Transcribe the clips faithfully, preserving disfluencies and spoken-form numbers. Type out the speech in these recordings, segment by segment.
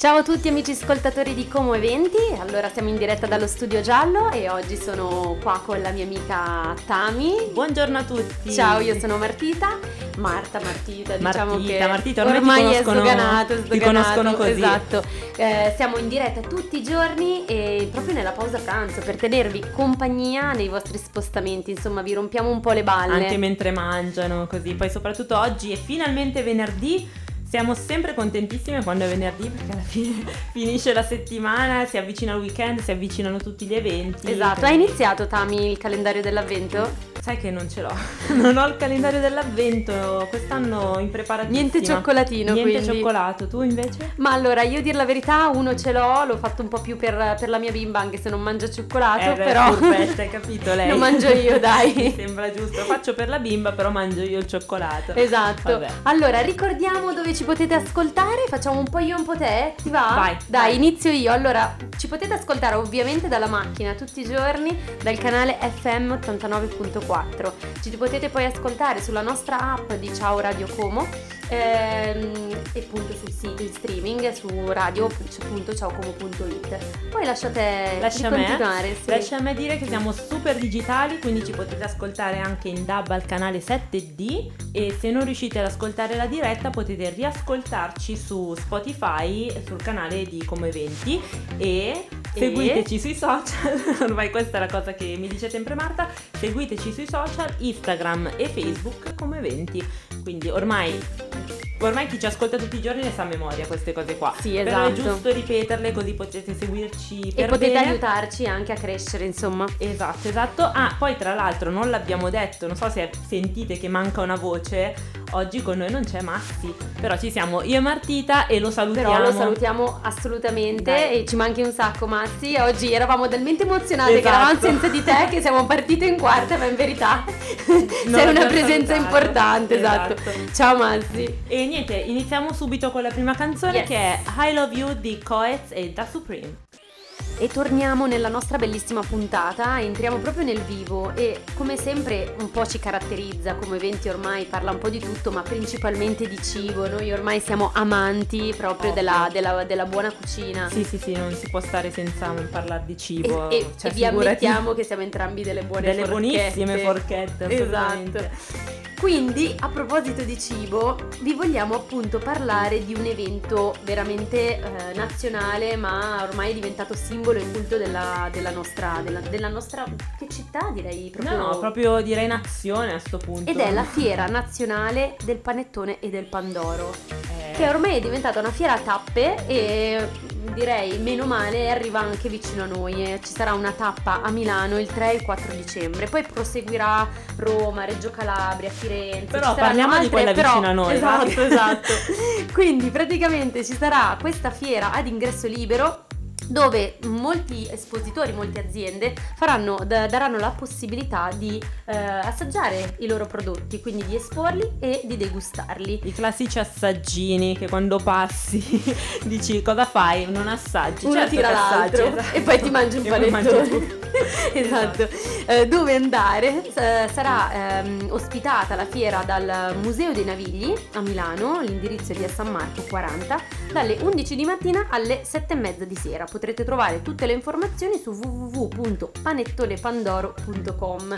Ciao a tutti amici ascoltatori di Como Eventi, allora siamo in diretta dallo Studio Giallo e oggi sono qua con la mia amica Tami. Buongiorno a tutti. Ciao, io sono Martita, Marta, Martita, diciamo Martita, che Martita, ormai, ormai ti è sdoganato, sdoganato, ti conoscono così. Esatto, eh, siamo in diretta tutti i giorni e proprio nella pausa pranzo per tenervi compagnia nei vostri spostamenti, insomma vi rompiamo un po' le balle. Anche mentre mangiano, così, poi soprattutto oggi è finalmente venerdì. Siamo sempre contentissime quando è venerdì perché alla fine finisce la settimana, si avvicina il weekend, si avvicinano tutti gli eventi. Esatto, hai iniziato Tami il calendario dell'avvento? Sai che non ce l'ho, non ho il calendario dell'avvento, quest'anno in preparazione. Niente cioccolatino, Niente quindi. cioccolato, tu invece? Ma allora, io dir la verità, uno ce l'ho, l'ho fatto un po' più per, per la mia bimba, anche se non mangia cioccolato, eh beh, però... furbetta, hai capito lei? Lo mangio io, dai. Mi sembra giusto, faccio per la bimba, però mangio io il cioccolato. Esatto. Vabbè. Allora, ricordiamo dove ci potete ascoltare, facciamo un po' io un po' te, ti va? Vai. Dai, vai. inizio io. Allora, ci potete ascoltare ovviamente dalla macchina tutti i giorni, dal canale F M ottantanove punto quattro. Ci potete poi ascoltare sulla nostra app di Ciao Radio Como ehm, e appunto sul sito in streaming su radio punto ciaocomo punto it. Poi lasciate Lascia di me, continuare, sì. Lascia a me dire che siamo super digitali, quindi ci potete ascoltare anche in D A B al canale sette D e se non riuscite ad ascoltare la diretta potete riascoltarci su Spotify sul canale di Como Eventi e seguiteci sui social. Ormai questa è la cosa che mi dice sempre Marta, seguiteci sui social Instagram e Facebook Como Eventi, quindi ormai Ormai chi ci ascolta tutti i giorni ne sa a memoria queste cose qua. Sì, esatto. Però è giusto ripeterle così potete seguirci per e potete bene. aiutarci anche a crescere, insomma. Esatto, esatto. Ah, poi tra l'altro non l'abbiamo detto, non so se sentite che manca una voce. Oggi con noi non c'è Massi, però ci siamo io e Martita e lo salutiamo. Però lo salutiamo assolutamente. Dai. E ci manchi un sacco Massi. Oggi eravamo talmente emozionate Esatto. che eravamo senza di te che siamo partite in quarta, ma in verità sei una presenza salutato. importante, esatto. Esatto. Ciao Massi. E niente, iniziamo subito con la prima canzone Yes. che è I Love You di Coez e Da Supreme. E torniamo nella nostra bellissima puntata, entriamo proprio nel vivo e come sempre un po' ci caratterizza come Eventi, ormai parla un po' di tutto ma principalmente di cibo. Noi ormai siamo amanti proprio della, della, della buona cucina. Sì sì sì, non si può stare senza parlare di cibo. E, e, cioè, e vi figurati, ammettiamo che siamo entrambi delle buone delle forchette. buonissime forchette, assolutamente. Esatto. Quindi, a proposito di cibo, vi vogliamo appunto parlare di un evento veramente eh, nazionale, ma ormai è diventato simbolo e culto della, della nostra, della, della nostra, che città direi proprio? No, no, proprio direi nazione a sto punto. Ed è la fiera nazionale del panettone e del pandoro, Eh, che ormai è diventata una fiera a tappe e direi meno male arriva anche vicino a noi. Eh, ci sarà una tappa a Milano il tre e il quattro dicembre, poi proseguirà Roma, Reggio Calabria, Firenze. Però ci saranno parliamo di altre, quella però, vicino a noi, esatto, vai. esatto. Quindi praticamente ci sarà questa fiera ad ingresso libero dove molti espositori, molte aziende faranno, d- daranno la possibilità di eh, assaggiare i loro prodotti, quindi di esporli e di degustarli. I classici assaggini che quando passi dici cosa fai? Non assaggi. Uno certo tira che l'altro assaggi, esatto. e poi ti mangi un E poi mangi panettone. tu. Esatto. Eh, dove andare? Eh, sarà ehm, ospitata la fiera dal Museo dei Navigli a Milano, l'indirizzo è via San Marco quaranta, dalle undici di mattina alle sette e mezza di sera. Potrete trovare tutte le informazioni su w w w punto panettonepandoro punto com.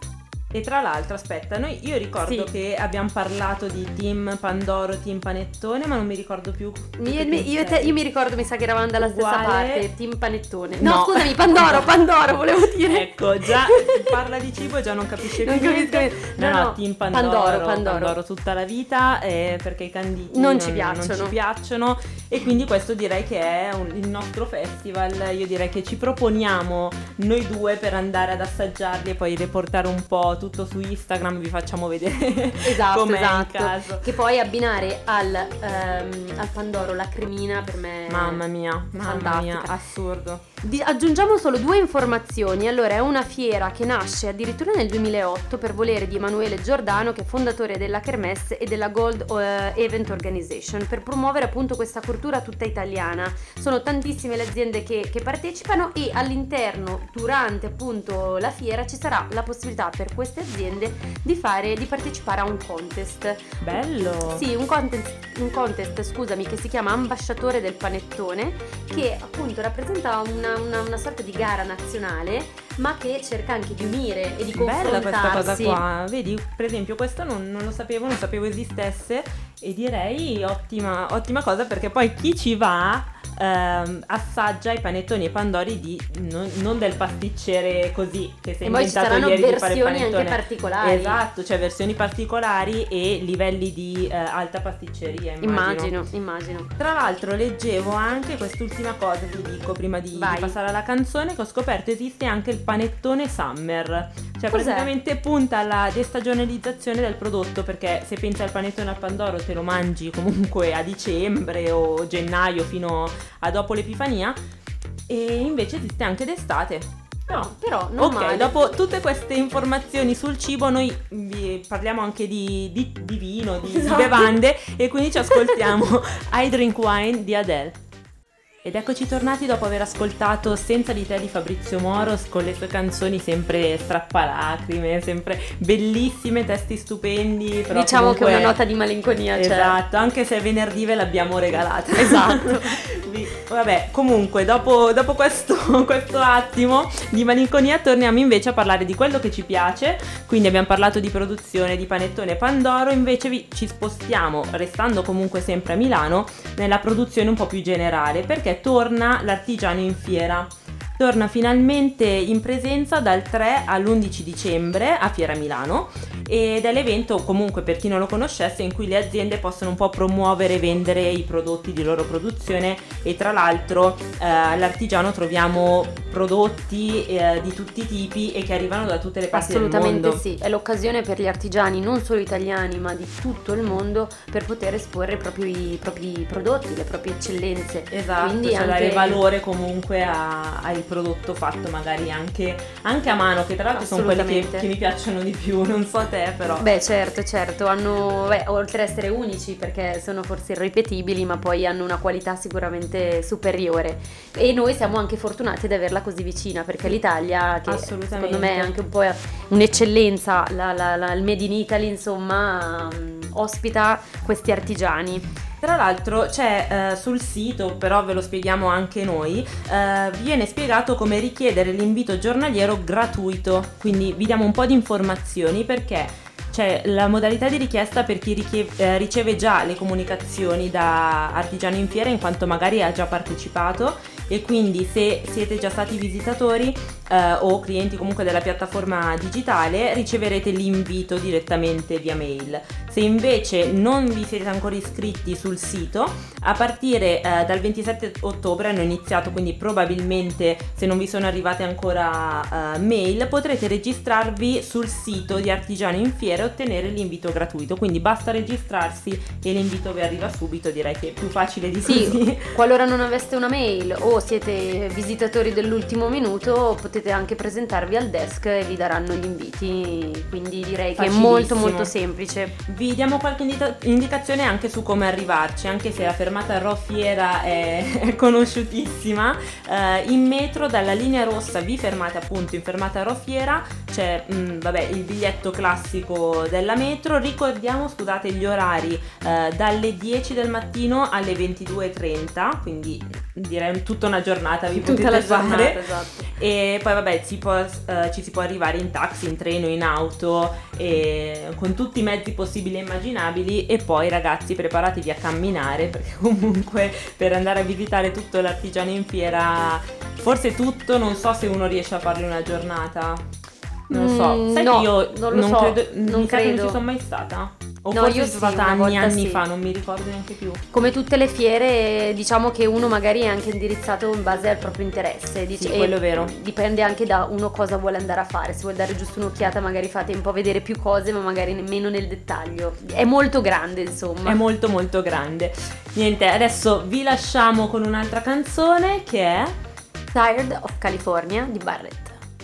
E tra l'altro, aspetta, noi io ricordo Sì. che abbiamo parlato di Team Pandoro, Team Panettone, ma non mi ricordo più. Mi- che mi- io, e te- sei. io mi ricordo, mi sa che eravamo dalla stessa Uguale. parte, Team Panettone. No, No. scusami, Pandoro, Pandoro volevo dire. Ecco, già parla di cibo e già non capisce Non più capisco niente. niente. No, No, no, no, Team Pandoro, Pandoro, Pandoro. tutta la vita, eh, perché i canditi Non ci piacciono. non ci piacciono e quindi questo direi che è un- il nostro festival. Io direi che ci proponiamo noi due per andare ad assaggiarli e poi riportare un po' tutto su Instagram, vi facciamo vedere Esatto, com'è esatto. in caso. Che poi abbinare al, ehm, al Pandoro la cremina per me è Mamma mia, mamma fantastica. mia, assurdo. Di- aggiungiamo solo due informazioni. Allora, è una fiera che nasce addirittura nel duemilaotto per volere di Emanuele Giordano, che è fondatore della Kermesse e della Gold eh, Event Organization, per promuovere appunto questa cultura tutta italiana. Sono tantissime le aziende che, che partecipano e all'interno, durante appunto la fiera, ci sarà la possibilità per queste queste aziende di fare di partecipare a un contest. Bello! Sì, un contest, un contest, scusami, che si chiama Ambasciatore del Panettone, che appunto rappresenta una, una, una sorta di gara nazionale, ma che cerca anche di unire e di confrontarsi. Bella questa cosa qua, vedi, per esempio questo non, non lo sapevo, non sapevo esistesse, e direi ottima, ottima cosa, perché poi chi ci va ehm, assaggia i panettoni e pandori di, non, non del pasticcere così che si è E poi ci inventato saranno ieri di fare il versioni panettone. anche particolari. Esatto, cioè versioni particolari e livelli di eh, alta pasticceria, immagino. Immagino, immagino. Tra l'altro leggevo anche quest'ultima cosa, ti dico prima di, di Vai. passare alla canzone, che ho scoperto esiste anche il panettone summer, cioè Cos'è? praticamente punta alla destagionalizzazione del prodotto, perché se pensi al panettone al pandoro te lo mangi comunque a dicembre o gennaio fino a dopo l'Epifania, e invece esiste anche d'estate. No, però non Ok, male. dopo tutte queste informazioni sul cibo noi vi parliamo anche di, di, di vino, di, Esatto. di bevande, e quindi ci ascoltiamo I Drink Wine di Adele. Ed eccoci tornati dopo aver ascoltato Senza di te di Fabrizio Moros, con le sue canzoni sempre strappalacrime, sempre bellissime, testi stupendi. Però Diciamo comunque... che una nota di malinconia c'è. Esatto, anche se venerdì ve l'abbiamo regalata. Esatto. Vi- Vabbè, comunque dopo, dopo questo, questo attimo di malinconia torniamo invece a parlare di quello che ci piace. Quindi abbiamo parlato di produzione di panettone e pandoro, invece vi, ci spostiamo, restando comunque sempre a Milano, nella produzione un po' più generale, perché torna l'artigiano in fiera. Torna finalmente in presenza dal tre all'undici dicembre a Fiera Milano, ed è l'evento, comunque per chi non lo conoscesse, in cui le aziende possono un po' promuovere e vendere i prodotti di loro produzione, e tra l'altro eh, all'artigiano troviamo prodotti eh, di tutti i tipi e che arrivano da tutte le parti del mondo. Assolutamente sì, è l'occasione per gli artigiani non solo italiani ma di tutto il mondo per poter esporre proprio i propri prodotti, le proprie eccellenze. Esatto, Quindi cioè anche... dare valore comunque a- al prodotto fatto magari anche, anche a mano, che tra l'altro sono quelli che, Assolutamente. che mi piacciono di più, non so te però. Beh certo, certo, hanno, beh, oltre ad essere unici perché sono forse irripetibili, ma poi hanno una qualità sicuramente superiore, e noi siamo anche fortunati ad averla così vicina, perché l'Italia, che Assolutamente. secondo me è anche un po' un'eccellenza, la- la- la- il Made in Italy insomma, mm, ospita questi artigiani. Tra l'altro c'è eh, sul sito, però ve lo spieghiamo anche noi, eh, viene spiegato come richiedere l'invito giornaliero gratuito, quindi vi diamo un po' di informazioni, perché c'è la modalità di richiesta per chi richie- eh, riceve già le comunicazioni da artigiano in fiera, in quanto magari ha già partecipato, e quindi se siete già stati visitatori eh, o clienti comunque della piattaforma digitale, riceverete l'invito direttamente via mail. Se invece non vi siete ancora iscritti sul sito, a partire eh, dal ventisette ottobre hanno iniziato, quindi probabilmente se non vi sono arrivate ancora eh, mail, potrete registrarvi sul sito di Artigiano in Fiera e ottenere l'invito gratuito. Quindi basta registrarsi e l'invito vi arriva subito, direi che è più facile di Sì, così. qualora non aveste una mail o siete visitatori dell'ultimo minuto, potete anche presentarvi al desk e vi daranno gli inviti, quindi direi che è molto Facilissimo. molto semplice. Vi diamo qualche indita- indicazione anche su come arrivarci, anche se la fermata Rho Fiera è, è conosciutissima. Eh, in metro dalla linea rossa vi fermate appunto in fermata Rho Fiera, c'è mh, vabbè, il biglietto classico della metro. Ricordiamo, scusate, gli orari eh, dalle dieci del mattino alle ventidue e trenta, quindi direi tutta una giornata vi Tutta potete la fare. giornata, esatto. E poi vabbè si può, eh, ci si può arrivare in taxi, in treno, in auto, e con tutti i mezzi possibili e immaginabili. E poi ragazzi, preparatevi a camminare, perché comunque per andare a visitare tutto l'artigiano in fiera, forse tutto, non so se uno riesce a farlo in una giornata, non lo so. Mm, Sai no, che io non lo so, credo, non mi sa che non credo. ci sono mai stata, o No, forse io sono sì, stata una anni volta anni sì. fa, non mi ricordo neanche più. Come tutte le fiere, diciamo che uno magari è anche indirizzato in base al proprio interesse. dic- Sì, e quello è vero. Dipende anche da uno cosa vuole andare a fare. Se vuole dare giusto un'occhiata, magari fate un po' vedere più cose, ma magari nemmeno nel dettaglio. È molto grande, insomma. È molto molto grande. Niente, adesso vi lasciamo con un'altra canzone che è Tired of California di Barrett.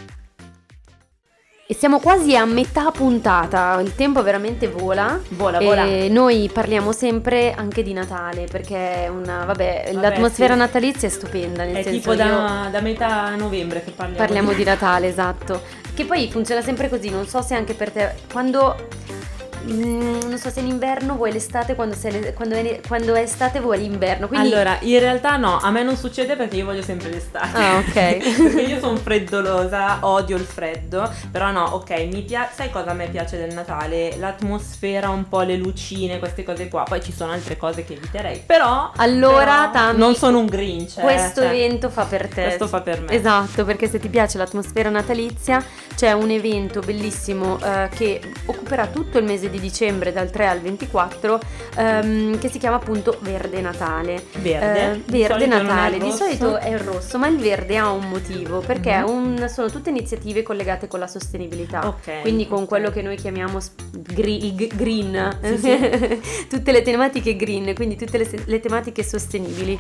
E siamo quasi a metà puntata, il tempo veramente vola. Vola, e vola. noi parliamo sempre anche di Natale, perché è una, vabbè, Vabbè, l'atmosfera sì. natalizia è stupenda, nel È senso tipo io- da, da metà novembre che parliamo. parliamo di Natale, esatto, Che poi funziona sempre così, non so se anche per te, quando mm, non so se in inverno vuoi l'estate, quando, sei, quando, è, quando è estate vuoi l'inverno. Quindi... Allora, in realtà no, a me non succede perché io voglio sempre l'estate. Ah, ok. Perché io sono freddolosa, odio il freddo. Però no, ok, mi piace. Sai cosa a me piace del Natale? L'atmosfera, un po' le lucine, queste cose qua. Poi ci sono altre cose che eviterei. Però Allora, però Tami, non sono un Grinch. eh, questo cioè, evento fa per te. Questo fa per me. Esatto, perché se ti piace l'atmosfera natalizia c'è un evento bellissimo eh, che occuperà tutto il mese di dicembre dal tre al ventiquattro ehm, che si chiama appunto Verde Natale. Verde? Eh, Di verde solito non è Natale, il di rosso? solito è il rosso, ma il verde ha un motivo perché Mhm. un- sono tutte iniziative collegate con la sostenibilità. Ok, Quindi con ok. quello che noi chiamiamo sp- gri- il g- green, Sì, sì. tutte le tematiche green, quindi tutte le, se- le tematiche sostenibili.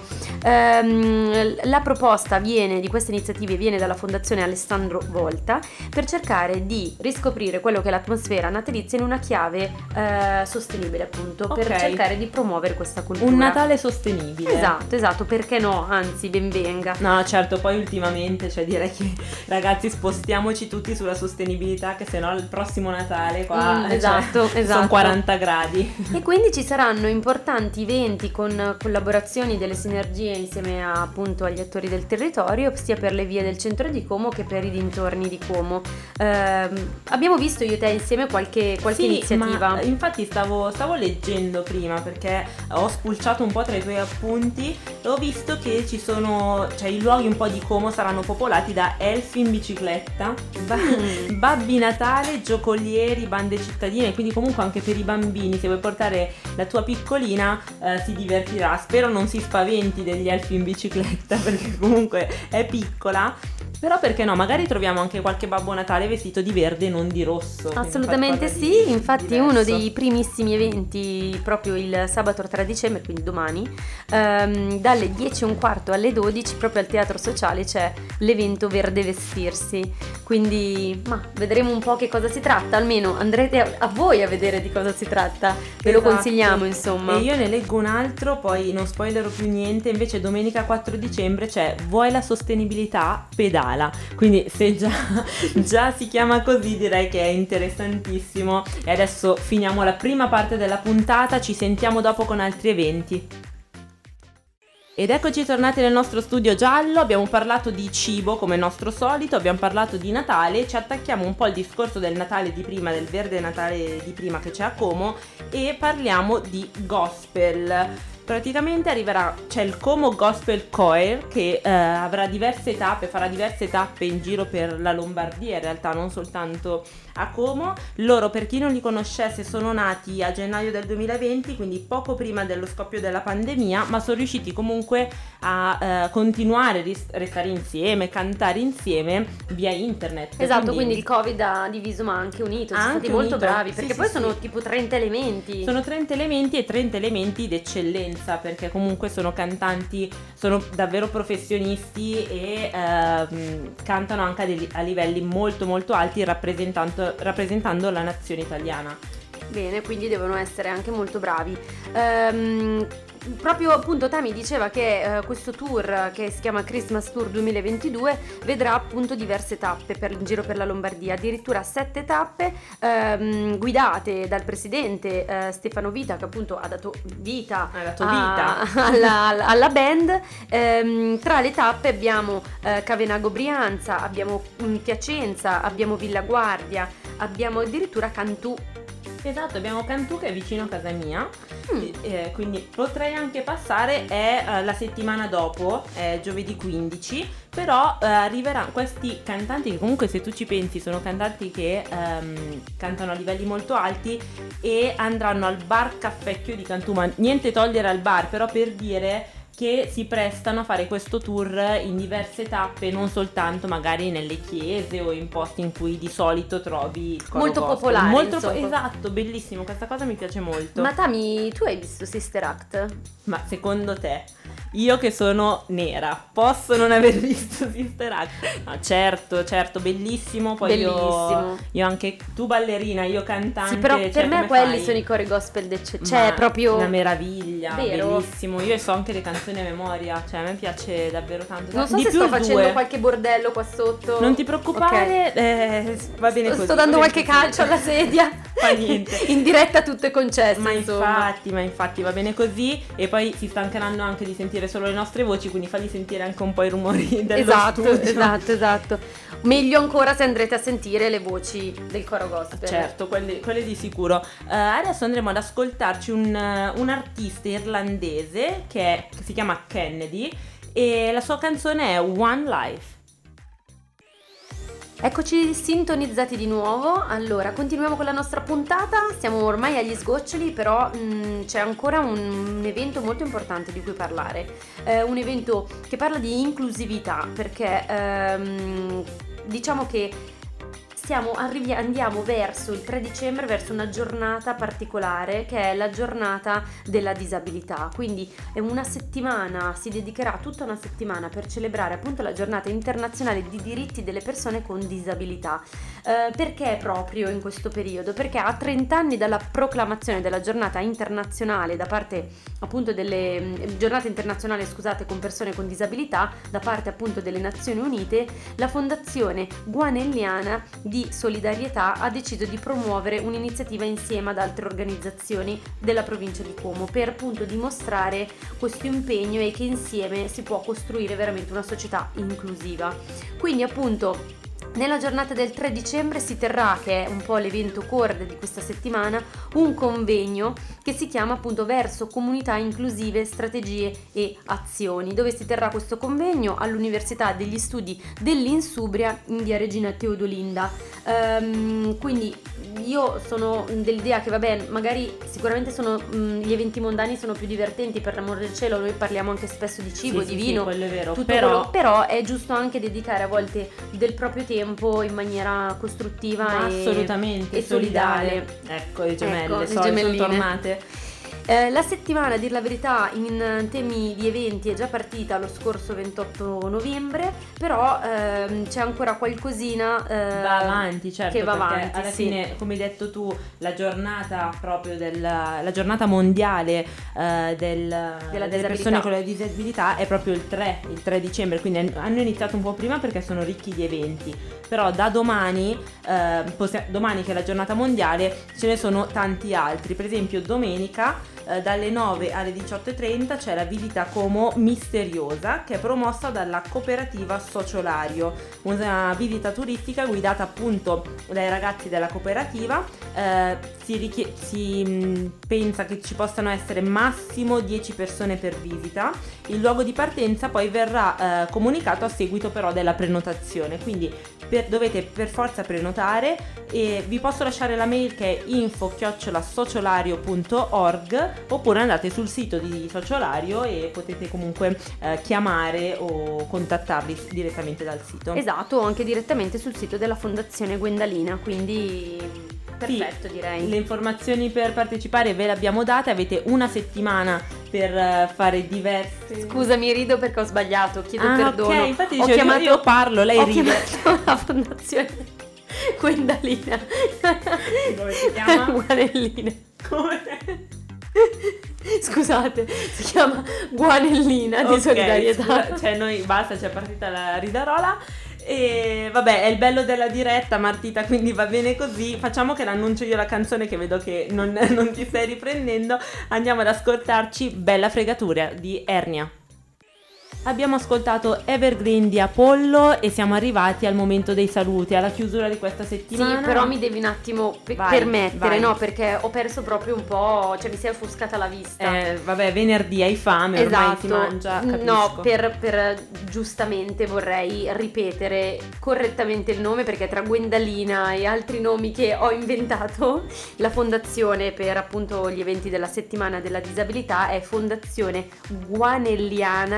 Ehm, la proposta viene di queste iniziative viene dalla Fondazione Alessandro Volta per cercare di riscoprire quello che è l'atmosfera natalizia in una chiave eh, sostenibile, appunto, per Ok. cercare di promuovere questa cultura. Un Natale sostenibile. Esatto, esatto, perché no? Anzi, ben venga. No, certo, poi ultimamente, cioè direi che ragazzi spostiamoci tutti sulla sostenibilità, che sennò il prossimo Natale qua Mm, cioè, esatto, sono esatto. quaranta gradi. E quindi ci saranno importanti eventi con collaborazioni delle sinergie insieme a, appunto agli attori del territorio, sia per le vie del centro di Como che per i dintorni di Como. Ehm, abbiamo visto io e te insieme qualche, qualche Sì, iniziativa. ma infatti stavo, stavo leggendo prima perché ho spulciato un po' tra i tuoi appunti e ho visto che ci sono, cioè i luoghi un po' di Como saranno popolati da elfi in bicicletta, ba- Mm. babbi Natale, giocolieri, bande cittadine, quindi comunque anche per i bambini, se vuoi portare la tua piccolina eh, si divertirà. Spero non si spaventi degli elfi in bicicletta perché comunque è piccola. Però perché no, magari troviamo anche qualche Babbo Natale vestito di verde e non di rosso. quindi Assolutamente qualcosa di sì, infatti diverso. uno dei primissimi eventi proprio il sabato tre dicembre, quindi domani, ehm, dalle dieci e un quarto alle dodici proprio al Teatro Sociale c'è l'evento Verde Vestirsi, quindi ma vedremo un po' che cosa si tratta, almeno andrete a, a voi a vedere di cosa si tratta, ve lo Esatto. consigliamo insomma. E io ne leggo un altro, poi non spoilerò più niente, invece domenica quattro dicembre c'è Vuoi la sostenibilità? Pedala. Quindi se già, già si chiama così direi che è interessantissimo. E adesso finiamo la prima parte della puntata, ci sentiamo dopo con altri eventi. Ed eccoci tornati nel nostro studio giallo, abbiamo parlato di cibo come nostro solito, abbiamo parlato di Natale, ci attacchiamo un po' al discorso del Natale di prima, del verde Natale di prima che c'è a Como e parliamo di gospel. Praticamente arriverà, c'è il Como Gospel Choir che eh, avrà diverse tappe, farà diverse tappe in giro per la Lombardia, in realtà non soltanto a Como. Loro, per chi non li conoscesse, sono nati a gennaio del duemilaventi, quindi poco prima dello scoppio della pandemia, ma sono riusciti comunque a eh, continuare, ris- restare insieme, cantare insieme via internet. Esatto, quindi il Covid ha diviso ma anche unito, sono Anche stati molto unito. bravi Sì, perché sì, poi sì. sono tipo trenta elementi. Sono trenta elementi e trenta elementi d'eccellenza, perché comunque sono cantanti, sono davvero professionisti e ehm, cantano anche a, dei- a livelli molto molto alti rappresentando, rappresentando la nazione italiana. Bene, quindi devono essere anche molto bravi. Ehm, proprio appunto Tami diceva che eh, questo tour che si chiama Christmas Tour duemilaventidue vedrà appunto diverse tappe per, in giro per la Lombardia, addirittura sette tappe ehm, guidate dal presidente eh, Stefano Vita, che appunto ha dato vita, Ha dato a- vita. alla, alla band. Ehm, tra le tappe abbiamo eh, Cavenago Brianza, abbiamo mm, Piacenza, abbiamo Villa Guardia, abbiamo addirittura Cantù. Esatto, abbiamo Cantù che è vicino a casa mia, Mm. e- eh, quindi potrei anche passare, è eh, la settimana dopo, è giovedì quindici, però eh, arriveranno questi cantanti che comunque, se tu ci pensi, sono cantanti che ehm, cantano a livelli molto alti e andranno al bar Caffecchio di Cantù, ma niente togliere al bar, però per dire che si prestano a fare questo tour in diverse tappe, non soltanto magari nelle chiese o in posti in cui di solito trovi il coro Molto gospel. popolare, Molto po- insomma. esatto, bellissimo, questa cosa mi piace molto. Ma Tami, tu hai visto Sister Act? Ma secondo te io che sono nera, posso non aver visto Sister Act? No, certo, certo, bellissimo. Poi Bellissimo. io, io anche, tu ballerina, io cantante. Sì, però cioè, per me come quelli fai? sono i cori gospel d'eccezione. Ma Cioè, proprio una meraviglia, vero? bellissimo. Io so anche le canzoni a memoria, cioè a me piace davvero tanto. Non so Di se più sto il facendo due. qualche bordello qua sotto. Non ti preoccupare, eh, va bene Sto, così. sto dando va bene qualche così. calcio alla sedia. Fa niente. In diretta tutto è concesso, Ma insomma. infatti, ma infatti va bene così. E poi si stancheranno anche di sentire solo le nostre voci, quindi fagli sentire anche un po' i rumori dello Esatto, studio. esatto, esatto. Meglio ancora se andrete a sentire le voci del coro gospel. Certo, quelle, quelle di sicuro. Eh, adesso andremo ad ascoltarci un, eh, un artista irlandese che, è- che si chiama Kennedy e la sua canzone è One Life. Eccoci sintonizzati di nuovo. Allora, continuiamo con la nostra puntata. Siamo ormai agli sgoccioli, però mh, c'è ancora un, un evento molto importante di cui parlare. Eh, un evento che parla di inclusività, perché ehm, diciamo che siamo, arrivi- andiamo verso il tre dicembre, verso una giornata particolare che è la giornata della disabilità. Quindi è una settimana, si dedicherà tutta una settimana per celebrare appunto la giornata internazionale di diritti delle persone con disabilità. Eh, perché proprio in questo periodo? Perché a trenta anni dalla proclamazione della giornata internazionale da parte appunto delle mh, giornata internazionale, scusate, con persone con disabilità da parte appunto delle Nazioni Unite, la Fondazione Guanelliana di Solidarietà ha deciso di promuovere un'iniziativa insieme ad altre organizzazioni della provincia di Como per appunto dimostrare questo impegno e che insieme si può costruire veramente una società inclusiva. Quindi appunto nella giornata del tre dicembre si terrà, che è un po' l'evento core di questa settimana, un convegno che si chiama appunto Verso comunità inclusive, strategie e azioni, dove si terrà questo convegno all'Università degli Studi dell'Insubria in via Regina Teodolinda. Ehm, quindi io sono dell'idea che vabbè, magari sicuramente sono mh, gli eventi mondani sono più divertenti, per l'amor del cielo, noi parliamo anche spesso di cibo, Sì, di sì, vino, sì, quello è vero. tutto Però, quello- però è giusto anche dedicare a volte del proprio tempo in maniera costruttiva e, assolutamente e solidale. solidale. Ecco, le gemelle, Ecco, le so, sono gemelline. tornate. Eh, la settimana, a dir la verità, in temi di eventi è già partita lo scorso ventotto novembre, però ehm, c'è ancora qualcosina eh, Va avanti, certo, che va perché avanti, alla sì. fine, come hai detto tu, la giornata proprio della la giornata mondiale eh, del- delle disabilità. persone con la disabilità è proprio il tre, il tre dicembre, quindi han- hanno iniziato un po' prima perché sono ricchi di eventi, però da domani, eh, possi- domani che è la giornata mondiale, ce ne sono tanti altri. Per esempio domenica eh, dalle nove alle diciotto e trenta c'è la visita Como misteriosa, che è promossa dalla cooperativa Sociolario, una visita turistica guidata appunto dai ragazzi della cooperativa. Eh, si, richie- si mh, pensa che ci possano essere massimo dieci persone per visita. Il luogo di partenza poi verrà eh, comunicato a seguito però della prenotazione, quindi per- dovete per forza prenotare, e vi posso lasciare la mail che è info chiocciola sociolario punto org, oppure andate sul sito di Sociolario e potete comunque eh, chiamare o contattarli direttamente dal sito. Esatto, o anche direttamente sul sito della Fondazione Gwendalina, quindi perfetto, Sì, direi. le informazioni per partecipare ve le abbiamo date, avete una settimana per eh, fare diverse... Scusami, rido perché ho sbagliato, chiedo Ah, perdono. ok, infatti ho dicevo, chiamato, io parlo, lei ho ride. chiamato la Fondazione Gwendalina. Come si chiama? Guanellina. Come? Scusate, si chiama Guanellina di Ok, solidarietà. scusa, cioè noi basta, c'è partita la ridarola. E vabbè, è il bello della diretta, Martita, quindi va bene così. Facciamo che l'annuncio io la canzone, che vedo che non, non ti stai riprendendo. Andiamo ad ascoltarci Bella fregatura di Ernia. Abbiamo ascoltato Evergreen di Apollo e siamo arrivati al momento dei saluti, alla chiusura di questa settimana. Sì, però mi devi un attimo pe- Vai, permettere, vai. no? Perché ho perso proprio un po', cioè mi si è offuscata la vista. Eh, vabbè, venerdì hai fame, ormai Esatto, si mangia, capisco. no, per, per giustamente vorrei ripetere correttamente il nome, perché tra Gwendalina e altri nomi che ho inventato, la fondazione per appunto gli eventi della settimana della disabilità è Fondazione Guanelliana di Solidarietà.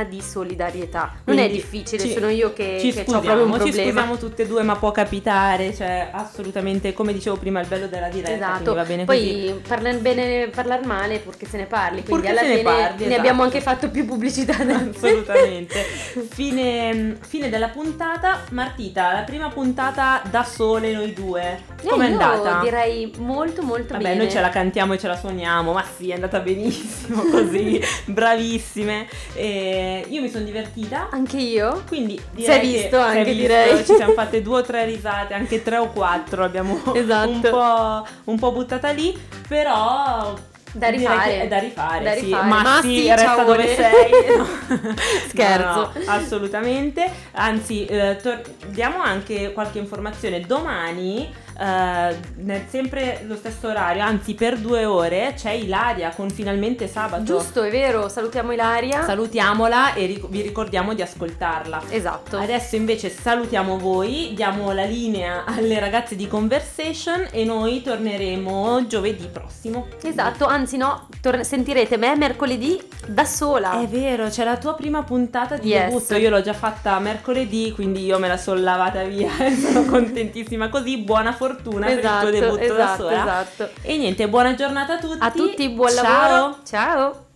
solidarietà. Non è Quindi difficile, ci- sono io che, ci che ho scusiamo, proprio un ci problema. scusiamo tutte e due, ma può capitare, cioè assolutamente, come dicevo prima, il bello della diretta, Esatto, quindi va bene così. poi parlare bene, parlare male purché se ne parli, quindi Purché alla se ne fine parli, ne esatto. abbiamo anche fatto più pubblicità del Assolutamente. Fine, fine della puntata. Martita, la prima puntata da sole noi due, com'è Eh, io andata? direi molto molto Vabbè, bene. noi ce la cantiamo e ce la suoniamo, ma sì, è andata benissimo così, bravissime. E io mi sono divertita. Anche io. Quindi Si è direi che- visto si è anche, visto, direi. ci siamo fatte due o tre risate, anche tre o quattro abbiamo Esatto. un po', un po' buttata lì, però Da direi rifare. che è da rifare, Da sì. rifare. Ma, Ma sì, sì, resta ciao, dove Ole. sei. No. Scherzo. No, no, assolutamente. Anzi, eh, tor- diamo anche qualche informazione. Domani, eh, nel- sempre lo stesso orario, anzi per due ore, c'è Ilaria con Finalmente Sabato. Giusto, è vero, salutiamo Ilaria. Salutiamola e ric- vi ricordiamo di ascoltarla. Esatto. Adesso invece salutiamo voi, diamo la linea alle ragazze di Conversation e noi torneremo giovedì prossimo. Esatto, anzi no, tor- sentirete me mercoledì da sola. È vero, c'è la tua prima puntata di Yes. debutto, io l'ho già fatta mercoledì, quindi io me la sono lavata via e sono contentissima così, buona fortuna Esatto, per il tuo debutto da esatto, sola. esatto. E niente, buona giornata a tutti. A tutti buon Ciao. lavoro. Ciao.